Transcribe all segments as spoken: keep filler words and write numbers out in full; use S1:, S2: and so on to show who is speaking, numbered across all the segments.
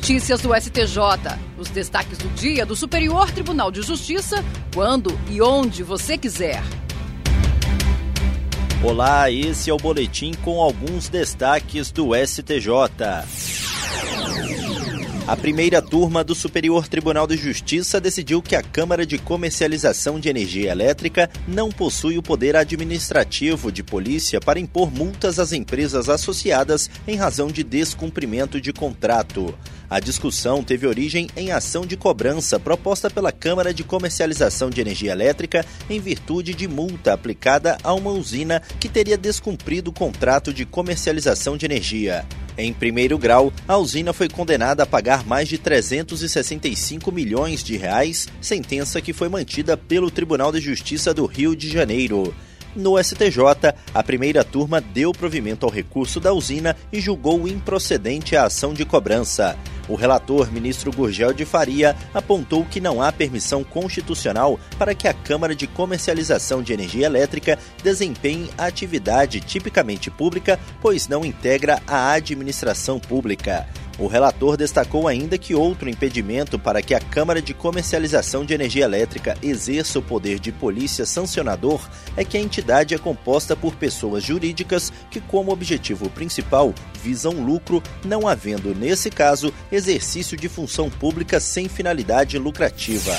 S1: Notícias do S T J. Os destaques do dia do Superior Tribunal de Justiça, quando e onde você quiser.
S2: Olá, esse é o boletim com alguns destaques do S T J. A primeira turma do Superior Tribunal de Justiça decidiu que a Câmara de Comercialização de Energia Elétrica não possui o poder administrativo de polícia para impor multas às empresas associadas em razão de descumprimento de contrato. A discussão teve origem em ação de cobrança proposta pela Câmara de Comercialização de Energia Elétrica em virtude de multa aplicada a uma usina que teria descumprido o contrato de comercialização de energia. Em primeiro grau, a usina foi condenada a pagar mais de trezentos e sessenta e cinco milhões de reais, sentença que foi mantida pelo Tribunal de Justiça do Rio de Janeiro. No S T J, a primeira turma deu provimento ao recurso da usina e julgou improcedente a ação de cobrança. O relator, ministro Gurgel de Faria, apontou que não há permissão constitucional para que a Câmara de Comercialização de Energia Elétrica desempenhe atividade tipicamente pública, pois não integra a administração pública. O relator destacou ainda que outro impedimento para que a Câmara de Comercialização de Energia Elétrica exerça o poder de polícia sancionador é que a entidade é composta por pessoas jurídicas que, como objetivo principal, visam lucro, não havendo, nesse caso, exercício de função pública sem finalidade lucrativa.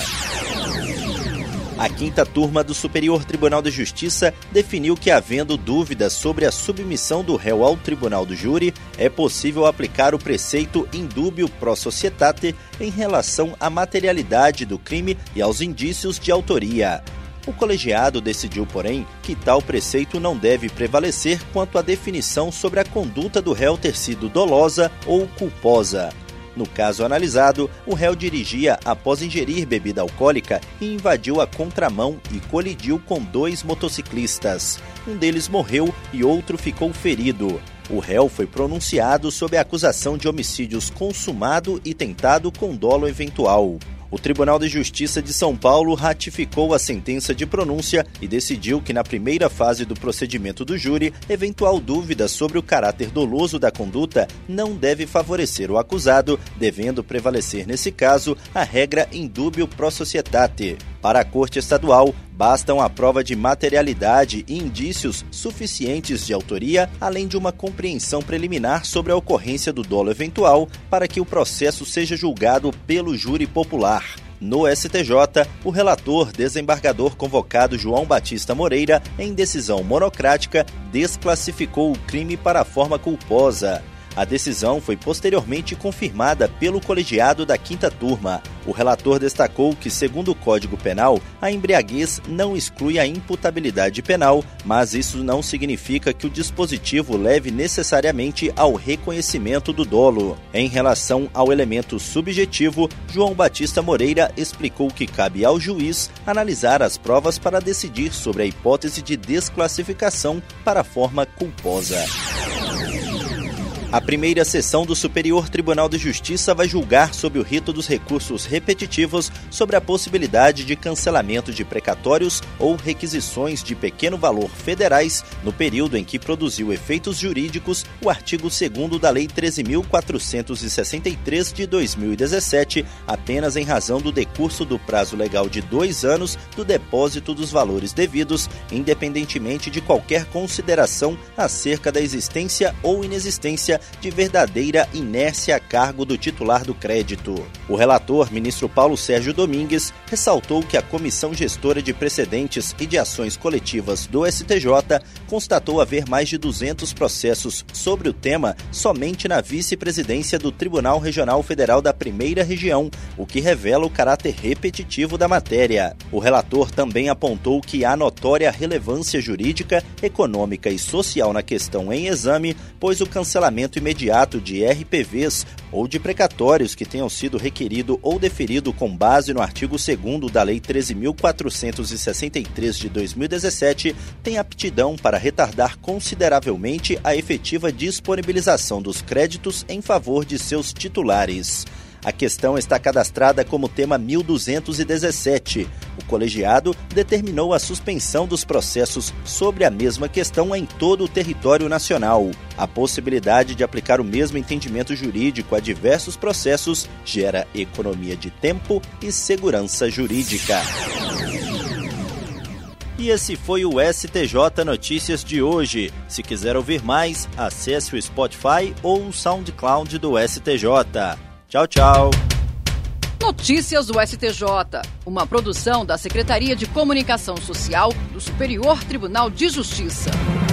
S2: A quinta turma do Superior Tribunal de Justiça definiu que, havendo dúvidas sobre a submissão do réu ao tribunal do júri, é possível aplicar o preceito in dubio pro societate em relação à materialidade do crime e aos indícios de autoria. O colegiado decidiu, porém, que tal preceito não deve prevalecer quanto à definição sobre a conduta do réu ter sido dolosa ou culposa. No caso analisado, o réu dirigia após ingerir bebida alcoólica e invadiu a contramão e colidiu com dois motociclistas. Um deles morreu e outro ficou ferido. O réu foi pronunciado sob a acusação de homicídios consumado e tentado com dolo eventual. O Tribunal de Justiça de São Paulo ratificou a sentença de pronúncia e decidiu que, na primeira fase do procedimento do júri, eventual dúvida sobre o caráter doloso da conduta não deve favorecer o acusado, devendo prevalecer, nesse caso, a regra in dubio pro societate. Para a Corte Estadual, bastam a prova de materialidade e indícios suficientes de autoria, além de uma compreensão preliminar sobre a ocorrência do dolo eventual, para que o processo seja julgado pelo júri popular. No S T J, o relator, desembargador convocado João Batista Moreira, em decisão monocrática, desclassificou o crime para a forma culposa. A decisão foi posteriormente confirmada pelo colegiado da quinta turma. O relator destacou que, segundo o Código Penal, a embriaguez não exclui a imputabilidade penal, mas isso não significa que o dispositivo leve necessariamente ao reconhecimento do dolo. Em relação ao elemento subjetivo, João Batista Moreira explicou que cabe ao juiz analisar as provas para decidir sobre a hipótese de desclassificação para a forma culposa. A primeira sessão do Superior Tribunal de Justiça vai julgar sob o rito dos recursos repetitivos sobre a possibilidade de cancelamento de precatórios ou requisições de pequeno valor federais no período em que produziu efeitos jurídicos o artigo segundo da Lei treze mil quatrocentos e sessenta e três de dois mil e dezessete, apenas em razão do decurso do prazo legal de dois anos do depósito dos valores devidos, independentemente de qualquer consideração acerca da existência ou inexistência de verdadeira inércia a cargo do titular do crédito. O relator, ministro Paulo Sérgio Domingues, ressaltou que a Comissão Gestora de Precedentes e de Ações Coletivas do S T J constatou haver mais de duzentos processos sobre o tema somente na vice-presidência do Tribunal Regional Federal da Primeira Região, o que revela o caráter repetitivo da matéria. O relator também apontou que há notória relevância jurídica, econômica e social na questão em exame, pois o cancelamento imediato de R P Vs ou de precatórios que tenham sido requerido ou deferido com base no artigo segundo da Lei treze mil quatrocentos e sessenta e três de dois mil e dezessete tem aptidão para retardar consideravelmente a efetiva disponibilização dos créditos em favor de seus titulares. A questão está cadastrada como tema mil duzentos e dezessete. O colegiado determinou a suspensão dos processos sobre a mesma questão em todo o território nacional. A possibilidade de aplicar o mesmo entendimento jurídico a diversos processos gera economia de tempo e segurança jurídica. E esse foi o S T J Notícias de hoje. Se quiser ouvir mais, acesse o Spotify ou o SoundCloud do S T J. Tchau, tchau.
S1: Notícias do S T J, uma produção da Secretaria de Comunicação Social do Superior Tribunal de Justiça.